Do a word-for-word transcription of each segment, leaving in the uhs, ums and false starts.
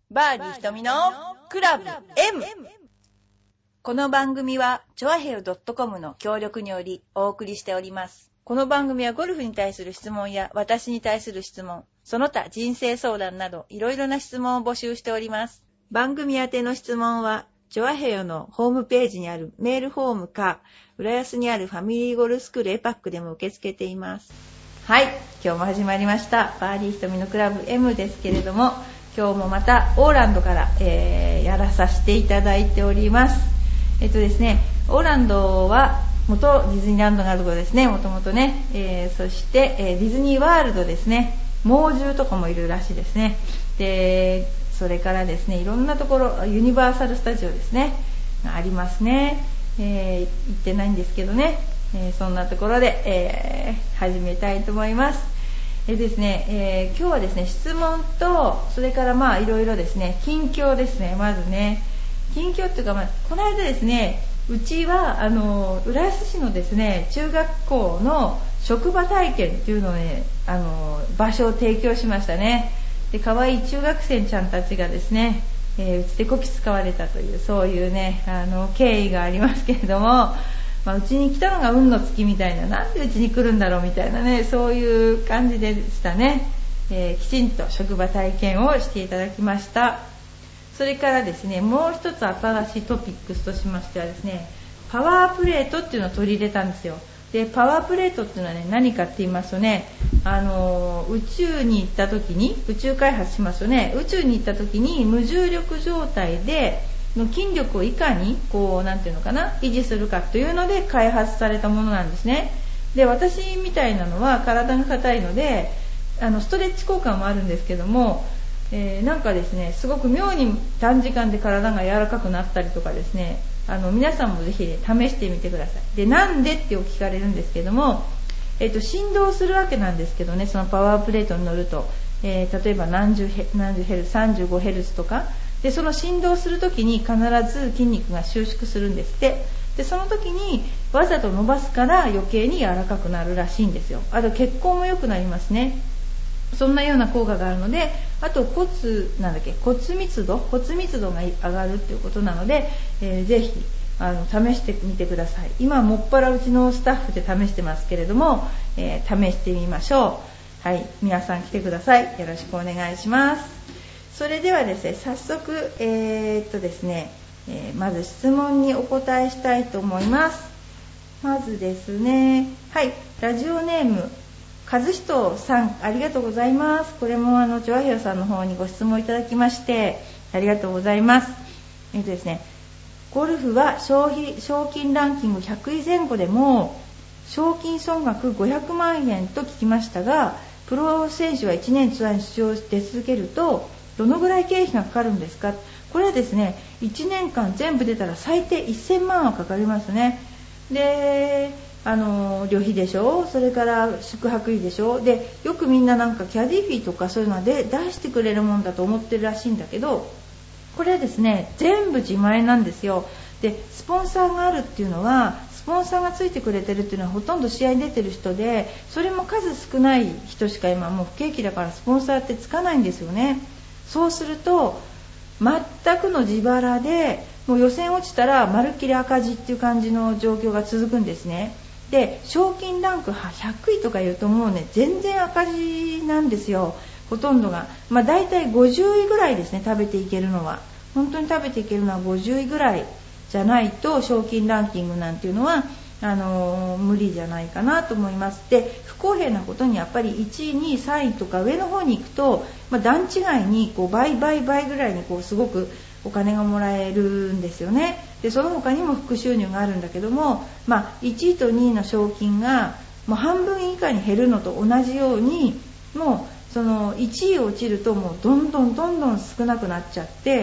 バーディーひとみのクラブ M。 この番組はチョアヘヨ .com の協力によりお送りしております。この番組はゴルフに対する質問や私に対する質問、その他人生相談などいろいろな質問を募集しております。番組宛ての質問はチョアヘヨのホームページにあるメールフォームか、浦安にあるファミリーゴルフスクールエパックでも受け付けています。はい、今日も始まりましたバーディーひとみのクラブ M ですけれども、今日もまたオーランドから、えー、やらさせていただいております。えっとですね、オーランドは元ディズニーランドがあるところですね、もともとね、えー、そして、えー、ディズニーワールドですね、猛獣とかもいるらしいですね。で、それからですね、いろんなところ、ユニバーサルスタジオですね、ありますね。えー、行ってないんですけどね、えー、そんなところで、えー、始めたいと思います。えですねえー、今日はですね、質問とそれからまあいろいろですね、近況ですね。まずね、近況っていうか、まあ、この間ですね、うちはあの浦安市のですね中学校の職場体験っていうのをね、あの場所を提供しましたね。で、可愛い中学生ちゃんたちがですね、えー、うちでこき使われたという、そういうね、あの経緯がありますけれども、まあ、うちに来たのが運の尽きみたいな、なんでうちに来るんだろうみたいなね、そういう感じでしたね。えー、きちんと職場体験をしていただきました。それからですね、もう一つ新しいトピックスとしましてはですね、パワープレートっていうのを取り入れたんですよ。で、パワープレートっていうのはね、何かって言いますとね、あのー、宇宙に行った時に、宇宙開発しますよね。宇宙に行った時に無重力状態での筋力をいかにこうなんていうのかな維持するかというので開発されたものなんですね。で、私みたいなのは体が硬いので、あのストレッチ効果もあるんですけども、えー、なんかですね、すごく妙に短時間で体が柔らかくなったりとかですね、あの皆さんもぜひ、ね、試してみてください。で、なんでってお聞かれるんですけども、えーと、振動するわけなんですけどね、そのパワープレートに乗ると、えー、例えば何十ヘ、何十ヘルツ、さんじゅうごヘルツとかで、その振動するときに必ず筋肉が収縮するんですって。で、その時にわざと伸ばすから余計に柔らかくなるらしいんですよ。あと血行も良くなりますね。そんなような効果があるので、あと骨なんだっけ骨密度骨密度が上がるっていうことなので、えー、ぜひあの試してみてください。今もっぱらうちのスタッフで試してますけれども、えー、試してみましょう。はい、皆さん来てください。よろしくお願いします。それではですね、早速、えー、っとですね、えー、まず質問にお答えしたいと思います。まずですね、はい、ラジオネーム和人さん、ありがとうございます。これもあのチョアヘヨさんの方にご質問いただきましてありがとうございます。えー、っとですね、ゴルフは賞費、賞金ランキングひゃくい前後でも賞金総額ごひゃくまんえんと聞きましたが、プロ選手はいちねんツアーに出場して続けるとどのぐらい経費がかかるんですか。これはですね、いちねんかん全部出たら最低せんまんはかかりますね。で、あの旅費でしょ、それから宿泊費でしょ。で、よくみんななんかキャディフィーとかそういうので出してくれるもんだと思ってるらしいんだけど、これはですね、全部自前なんですよ。で、スポンサーがあるっていうのは、スポンサーがついてくれてるっていうのはほとんど試合に出てる人で、それも数少ない人しか今もう不景気だからスポンサーってつかないんですよね。そうすると全くの自腹で、もう予選落ちたらまるっきり赤字っていう感じの状況が続くんですね。で、賞金ランクひゃくいとか言うともうね、全然赤字なんですよ、ほとんどが。まあ大体ごじゅういぐらいですね、食べていけるのは。本当に食べていけるのはごじゅういぐらいじゃないと賞金ランキングなんていうのはあのー、無理じゃないかなと思います。で、不公平なことにやっぱりいちい、にい、さんいとか上の方に行くと、まあ、段違いにこう倍倍倍ぐらいにこうすごくお金がもらえるんですよね。で、その他にも副収入があるんだけども、まあ、いちいとにいの賞金がもう半分以下に減るのと同じように、もうそのいちい落ちるともうどんどんどんどん少なくなっちゃって、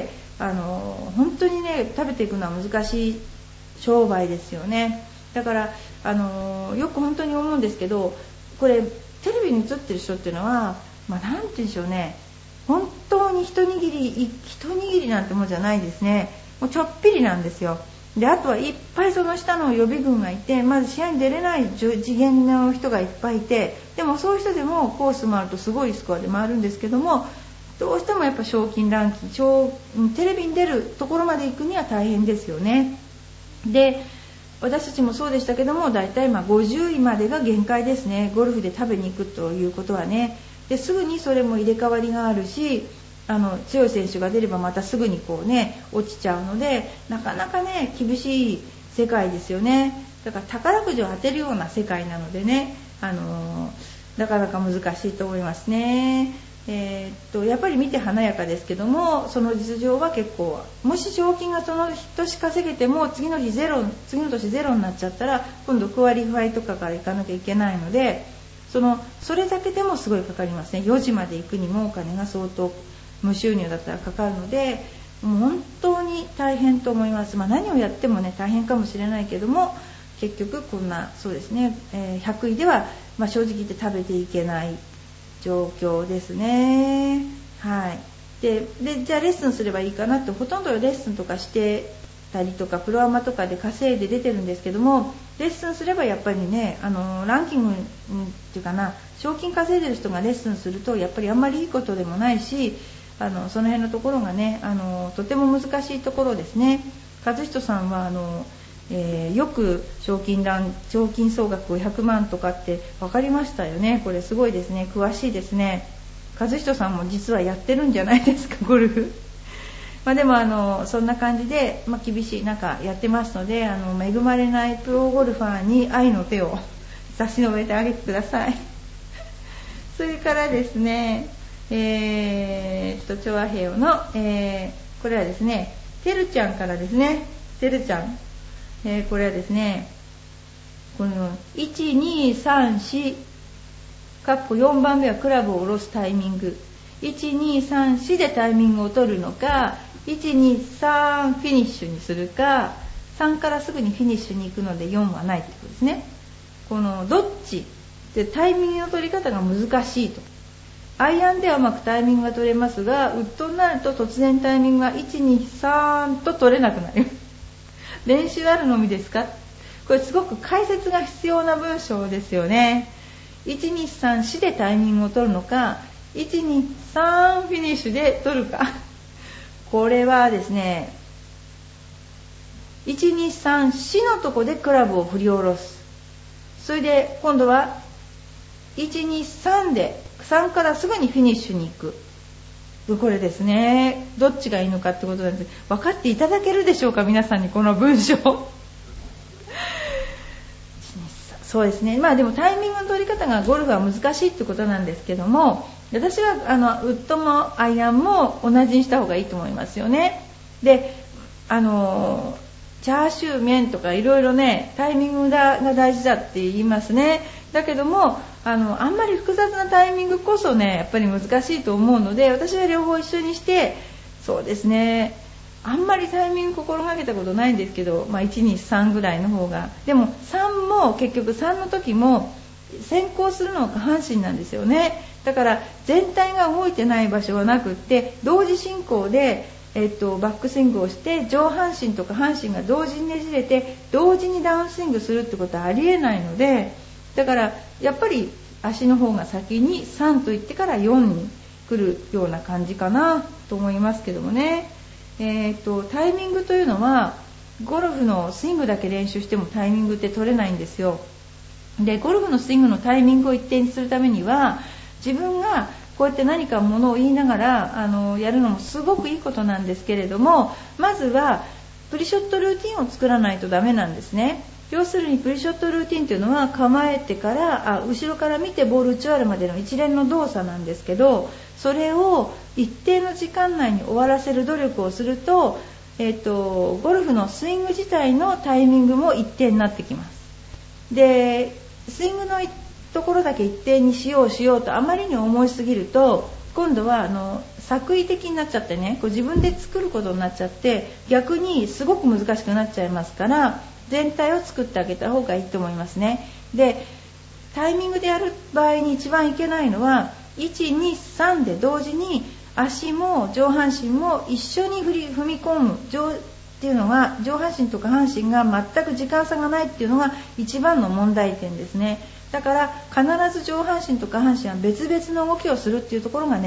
あのー、本当にね、食べていくのは難しい商売ですよね。だから、あのー、よく本当に思うんですけど、これテレビに映ってる人っていうのは、まあ、なんて言うんでしょうね、本当に一握り一握りなんてもんじゃないですね。もうちょっぴりなんですよ。で、あとはいっぱいその下の予備軍がいて、まず試合に出れない次元の人がいっぱいいて、でもそういう人でもコース回るとすごいスコアで回るんですけども、 どうしてもやっぱ賞金ランキング、テレビに出るところまで行くには大変ですよね。で私たちもそうでしたけども、だいたいまあごじゅういまでが限界ですね。ゴルフで食べに行くということはね。ですぐにそれも入れ替わりがあるし、あの強い選手が出ればまたすぐにこうね落ちちゃうので、なかなかね厳しい世界ですよね。だから宝くじを当てるような世界なのでね、あのー、なかなか難しいと思いますね。えー、っとやっぱり見て華やかですけども、その実情は結構、もし賞金がその年稼げても次の日ゼロ、次の年ゼロになっちゃったら今度クワリファイとかから行かなきゃいけないので、そのそれだけでもすごいかかりますね。よじまで行くにもお金が相当無収入だったらかかるので、もう本当に大変と思います。まあ、何をやってもね大変かもしれないけども、結局こんなそうですね、えー、ひゃくいでは、まあ、正直言って食べていけない状況ですね。はい。で、でじゃあレッスンすればいいかなって、ほとんどレッスンとかしてたりとかプロアマとかで稼いで出てるんですけども、レッスンすればやっぱりね、あのランキングっていうかな、賞金稼いでる人がレッスンするとやっぱりあんまりいいことでもないし、あのその辺のところがね、あのとても難しいところですね。和人さんはあの、えー、よく賞金ラン賞金総額ごひゃくまんとかって分かりましたよね。これすごいですね。詳しいですね。和人さんも実はやってるんじゃないですか、ゴルフ。まあ、でもあのそんな感じで、まあ、厳しい中やってますので、あの恵まれないプロゴルファーに愛の手を差し伸べてあげてください。それからですね、えー、っとチョアヘヨの、えー、これはですねてるちゃんからですね、てるちゃん、えー、これはですね、このいちにさんしかっこよんばんめはクラブを下ろすタイミング、いちにさんしでタイミングを取るのか、いちにさんフィニッシュにするか、さんからすぐにフィニッシュに行くのでよんはないってことですね。このどっちでタイミングの取り方が難しいと。アイアンではうまくタイミングが取れますが、ウッドになると突然タイミングがいちにさんと取れなくなる。練習あるのみですか？これすごく解説が必要な文章ですよね。いちにさんしでタイミングを取るのか、いちにさんフィニッシュで取るか。これはですね、いちにさんしのとこでクラブを振り下ろす。それで今度はいちにさんでさんからすぐにフィニッシュに行く。これですね、どっちがいいのかってことなんです。分かっていただけるでしょうか、皆さんにこの文章。そうですね、まあでもタイミングの取り方がゴルフは難しいってことなんですけども、私はあのウッドもアイアンも同じにした方がいいと思いますよね。で、あのチャーシュー麺とかいろいろね、タイミングが大事だって言いますね。だけどもあのあんまり複雑なタイミングこそねやっぱり難しいと思うので、私は両方一緒にして、そうですね、あんまりタイミング心がけたことないんですけど、まあ、いちにさんぐらいの方が、でもさんも結局さんの時も先行するのが下半身なんですよね。だから全体が動いてない場所はなくって、同時進行で、えっと、バックスイングをして上半身と下半身が同時にねじれて同時にダウンスイングするってことはありえないので、だからやっぱり足の方が先にさんと言ってからよんに来るような感じかなと思いますけどもね。えー、とタイミングというのはゴルフのスイングだけ練習してもタイミングって取れないんですよ。で、ゴルフのスイングのタイミングを一定にするためには、自分がこうやって何かものを言いながらあのやるのもすごくいいことなんですけれども、まずはプリショットルーティンを作らないとダメなんですね。要するにプリショットルーティンというのは構えてからあ後ろから見てボール打ち終わるまでの一連の動作なんですけど、それを一定の時間内に終わらせる努力をすると、えーと、ゴルフのスイング自体のタイミングも一定になってきます。で、スイングのところだけ一定にしようしようとあまりに思いすぎると、今度はあの作為的になっちゃってね、こう自分で作ることになっちゃって逆にすごく難しくなっちゃいますから、全体を作ってあげた方がいいと思いますね。で、タイミングでやる場合に一番いけないのはいちにさんで同時に足も上半身も一緒に振り踏み込むっていうのが、上半身と下半身が全く時間差がないっていうのが一番の問題点ですね。だから必ず上半身と下半身は別々の動きをするっていうところがね、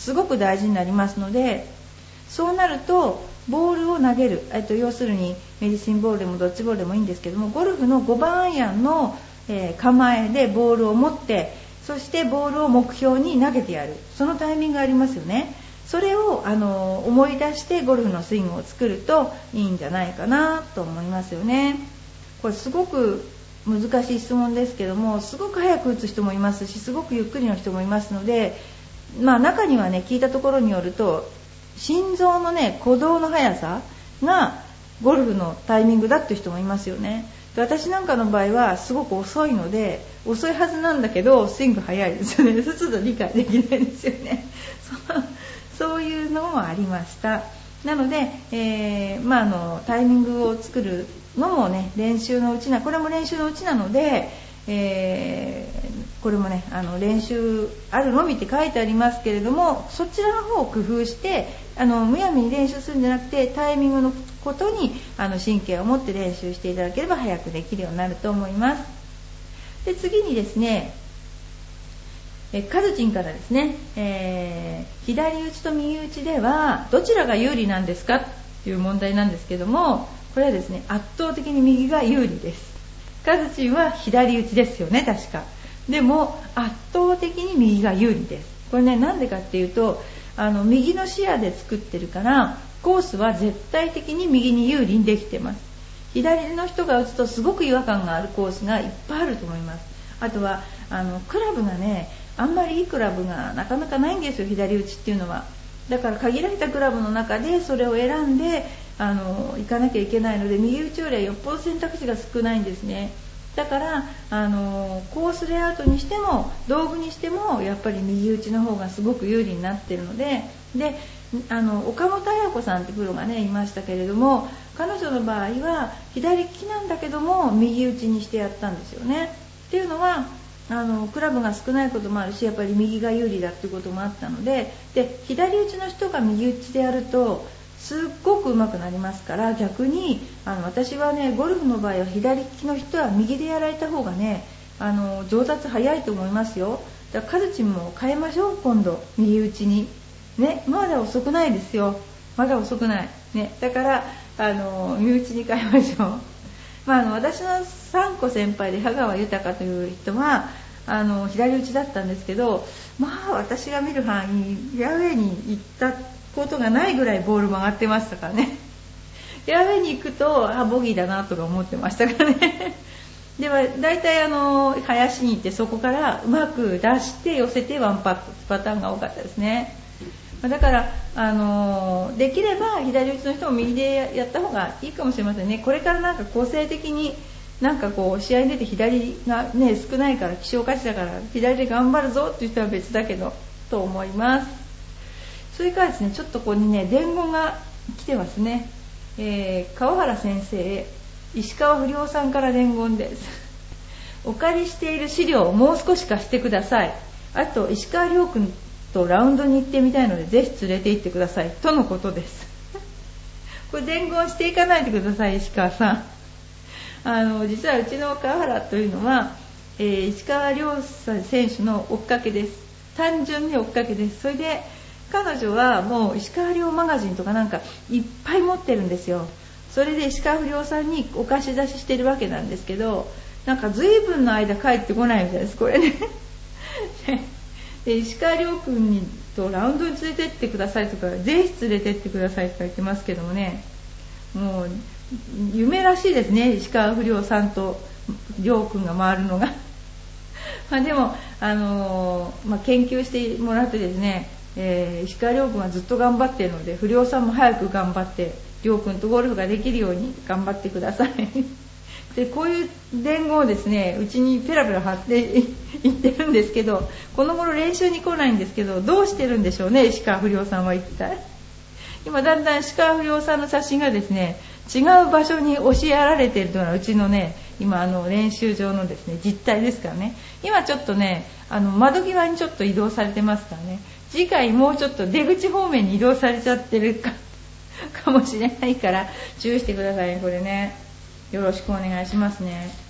すごく大事になりますので、そうなるとボールを投げる、えっと、要するにメディシンボールでもドッジボールでもいいんですけども、ゴルフのごばんアイアンの、えー、構えでボールを持って、そしてボールを目標に投げてやる、そのタイミングがありますよね。それをあの思い出してゴルフのスイングを作るといいんじゃないかなと思いますよね。これすごく難しい質問ですけども、すごく早く打つ人もいますし、すごくゆっくりの人もいますので、まあ、中にはね、聞いたところによると心臓のね鼓動の速さがゴルフのタイミングだっていう人もいますよね。で、私なんかの場合はすごく遅いので、遅いはずなんだけどスイング速いですよね。そうすると理解できないですよね。そうそういうのもありました。なので、えーまあ、あのタイミングを作るのもね、練習のうちなこれも練習のうちなので、えー、これもねあの練習あるのみって書いてありますけれども、そちらの方を工夫してあのむやみに練習するんじゃなくて、タイミングのことにあの神経を持って練習していただければ早くできるようになると思います。で、次にですね、えカズチンからですね、えー、左打ちと右打ちではどちらが有利なんですかという問題なんですけども、これはですね、圧倒的に右が有利です。カズチンは左打ちですよね、確か。でも圧倒的に右が有利です。これね、なんでかっていうと、あの右の視野で作ってるから、コースは絶対的に右に有利にできてます。左の人が打つとすごく違和感があるコースがいっぱいあると思います。あとはあのクラブがね、あんまりいいクラブがなかなかないんですよ、左打ちっていうのは。だから限られたクラブの中でそれを選んであの行かなきゃいけないので、右打ちよりはよっぽど選択肢が少ないんですね。だからあのコースレイアウトにしても道具にしてもやっぱり右打ちの方がすごく有利になっているので、であの岡本彩子さんってプロがねいましたけれども、彼女の場合は左利きなんだけども右打ちにしてやったんですよね。っていうのはあのクラブが少ないこともあるし、やっぱり右が有利だっていうこともあったので、で左打ちの人が右打ちでやるとすっごく上手くなりますから、逆にあの私はね、ゴルフの場合は左利きの人は右でやられた方がね、あの上達早いと思いますよ。だからカズチンも変えましょう、今度右打ちにね。まだ遅くないですよ、まだ遅くないね。だからあの右打ちに変えましょう。まあ、あの私のさんこ先輩で香川豊という人はあの左打ちだったんですけど、まあ私が見る範囲フェアウェイに行ったことがないぐらいボール曲がってましたからね。フェアウェイに行くとあボギーだなとか思ってましたからね。ではだいたいあの林に行ってそこからうまく出して寄せてワンパットパターンが多かったですね。だからあのできれば左打ちの人も右でやった方がいいかもしれませんね。これからなんか構成的になんかこう試合に出て左がね少ないから希少価値だから左で頑張るぞっていう人は別だけどと思います。それからですね、ちょっとここにね伝言が来てますね。えー、川原先生、石川不良さんから伝言です。お借りしている資料をもう少し貸してください。あと石川遼君とラウンドに行ってみたいのでぜひ連れて行ってくださいとのことです。これ伝言していかないでください、石川さん。あの実はうちの川原というのは、えー、石川遼選手の追っかけです。単純に追っかけです。それで彼女はもう石川遼マガジンとかなんかいっぱい持ってるんですよ。それで石川不良さんにお貸し出ししてるわけなんですけど、なんか随分の間帰ってこないみたいです、これね。で石川遼君にとラウンドに連れてってくださいとか、ぜひ連れてってくださいとか言ってますけどもね、もう夢らしいですね、石川不良さんと遼君が回るのが。まあでも、あのーまあ、研究してもらってですね、えー、石川遼君はずっと頑張っているので、不良さんも早く頑張って遼君とゴルフができるように頑張ってください。でこういう伝言をですね、うちにペラペラ貼って言ってるんですけど、この頃練習に来ないんですけど、どうしてるんでしょうね、石川不良さんは一体。今だんだん石川不良さんの写真がですね、違う場所に教えられているというのはうちのね、今あの練習場のですね実態ですからね。今ちょっとね、あの窓際にちょっと移動されてますからね、次回もうちょっと出口方面に移動されちゃってるかかもしれないから注意してくださいね、これね。よろしくお願いしますね。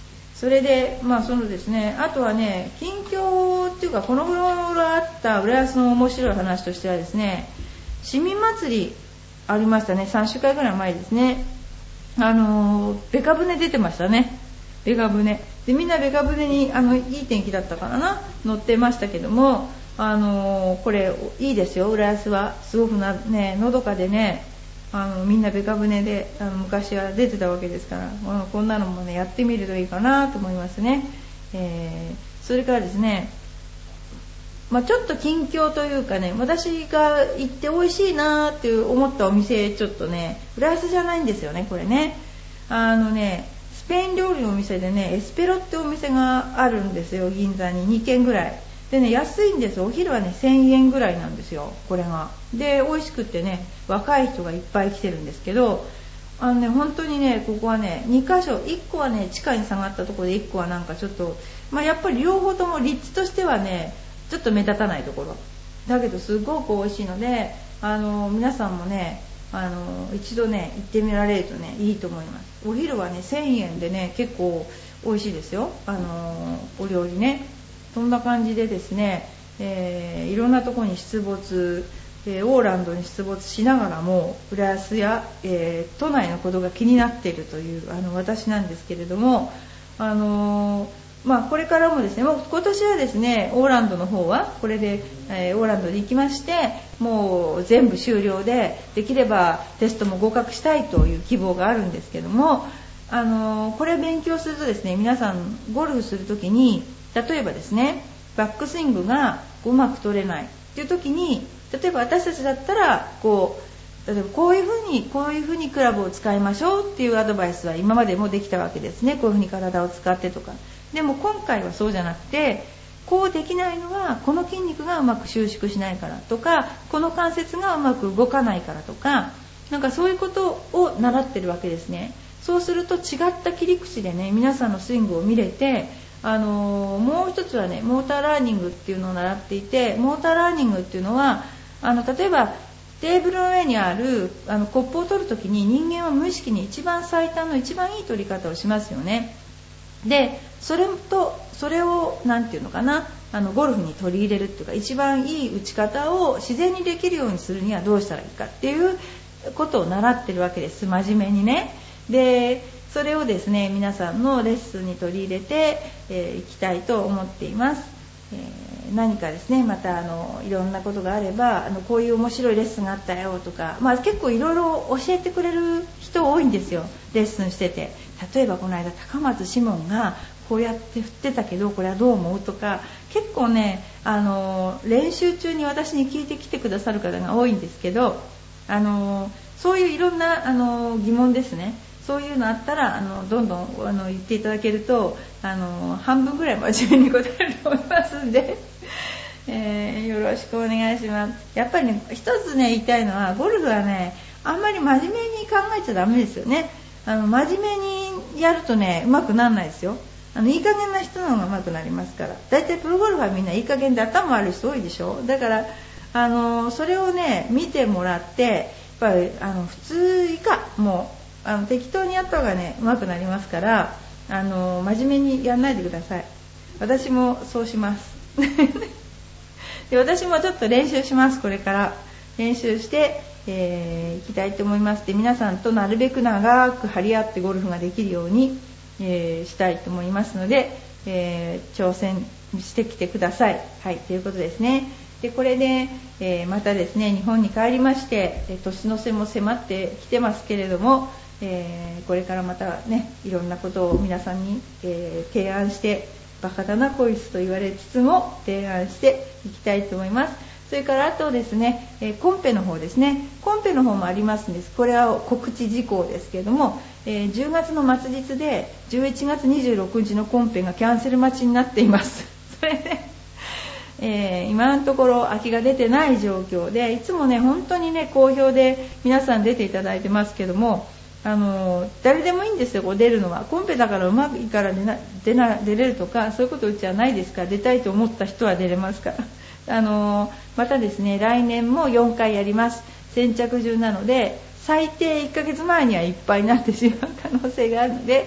それでまあそのですね、あとはね、近況っていうかこの頃あった浦安の面白い話としてはですね、市民祭りありましたね。さんしゅうかんぐらい前ですね。あのベカ舟出てましたね。ベカ舟でみんなベカ舟にあのいい天気だったからな乗ってましたけども、あのこれいいですよ。浦安はすごくなねのどかでね、あのみんなベカ舟であの昔は出てたわけですから、こんなのもねやってみるといいかなと思いますね。えー、それからですね、まあ、ちょっと近況というかね、私が行って美味しいなって思ったお店、ちょっとね浦安じゃないんですよねこれね。あのねスペイン料理のお店でね、エスペロってお店があるんですよ、銀座ににけんぐらいでね、安いんです。お昼はねせんえんぐらいなんですよこれが。で美味しくってね、若い人がいっぱい来てるんですけど、あのね本当にねここはねにかしょ、いっこはね地下に下がったところで、いっこはなんかちょっと、まあ、やっぱり両方とも立地としてはねちょっと目立たないところだけどすごく美味しいので、あの皆さんもねあの一度ね行ってみられるとねいいと思います。お昼はねせんえんでね結構美味しいですよ、あのお料理ね。そんな感じでですね、えー、いろんなところに出没、えー、オーランドに出没しながらも浦安や、えー、都内のことが気になっているというあの私なんですけれども、あのーまあ、これからもですね、もう今年はですねオーランドの方はこれで、えー、オーランドに行きまして、もう全部終了でできればテストも合格したいという希望があるんですけども、あのー、これ勉強するとですね、皆さんゴルフするときに例えばですねバックスイングがうまく取れないっていう時に、例えば私たちだったらこう例えばこういうふうにこういうふうにクラブを使いましょうっていうアドバイスは今までもできたわけですね。こういうふうに体を使ってとか。でも今回はそうじゃなくて、こうできないのはこの筋肉がうまく収縮しないからとか、この関節がうまく動かないからとか、なんかそういうことを習ってるわけですね。そうすると違った切り口でね皆さんのスイングを見れて、あのー、もう一つはねモーターラーニングっていうのを習っていて、モーターラーニングっていうのはあの例えばテーブルの上にあるあのコップを取るときに人間は無意識に一番最短の一番いい取り方をしますよね。でそれとそれをなんていうのかな、あのゴルフに取り入れるっていうか、一番いい打ち方を自然にできるようにするにはどうしたらいいかっていうことを習ってるわけです、真面目にね。でそれをですね皆さんのレッスンに取り入れてい、えー、きたいと思っています。えー、何かですねまたあのいろんなことがあれば、あのこういう面白いレッスンがあったよとか、まあ、結構いろいろ教えてくれる人多いんですよ、レッスンしてて。例えばこの間高松志門がこうやって振ってたけどこれはどう思うとか、結構ねあの練習中に私に聞いてきてくださる方が多いんですけど、あのそういういろんなあの疑問ですね、そういうのあったらあのどんどんあの言っていただけると、あの半分ぐらい真面目に答えると思いますんで、えー、よろしくお願いします。やっぱりね一つね言いたいのは、ゴルフはねあんまり真面目に考えちゃダメですよね。あの真面目にやるとねうまくならないですよ。あのいい加減な人の方がうまくなりますから。だいたいプロゴルファーみんないい加減で頭悪い人多いでしょ。だからあのそれをね見てもらって、やっぱりあの普通以下もうあの適当にやった方がねうまくなりますから、あの真面目にやらないでください。私もそうしますで私もちょっと練習します。これから練習してえー、いきたいと思います。で皆さんとなるべく長く張り合ってゴルフができるように、えー、したいと思いますので、えー、挑戦してきてください。はい、ということですね。でこれで、えー、またですね日本に帰りまして、年の瀬も迫ってきてますけれども、えー、これからまたねいろんなことを皆さんに、えー、提案して、バカだなこいつと言われつつも提案していきたいと思います。それからあとですね、えー、コンペの方ですね。コンペの方もありますんです。これは告知事項ですけれども、えー、じゅうがつの末日でじゅういちがつにじゅうろくにちのコンペがキャンセル待ちになっています。それで、えー、今のところ空きが出てない状況で、いつもね本当にね好評で皆さん出ていただいてますけども、あのー、誰でもいいんですよ、こう出るのは。コンペだからうまくいいから出な出な出れるとかそういうことうちはないですから、出たいと思った人は出れますから。あのまたですね来年もよんかいやります。先着順なので最低いっかげつまえにはいっぱいになってしまう可能性があるので、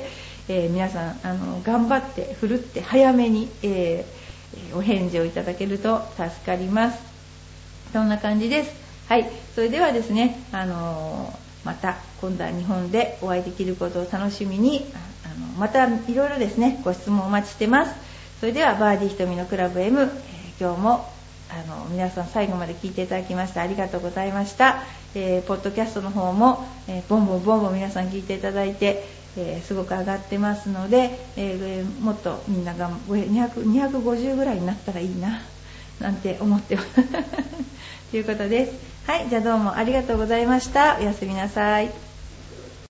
えー、皆さんあの頑張ってふるって早めに、えー、お返事をいただけると助かります。そんな感じです。はい、それではですね、あのー、また今度は日本でお会いできることを楽しみに、あのまたいろいろですねご質問お待ちしてます。それではバーディーひとみのクラブ M、えー、今日もあの皆さん最後まで聞いていただきましてありがとうございました。えー、ポッドキャストの方も、えー、ボンボンボンボン皆さん聞いていただいて、えー、すごく上がってますので、えー、もっとみんながにひゃく、にひゃくごじゅうぐらいになったらいいななんて思ってますということです。はい、じゃあどうもありがとうございました。おやすみなさい。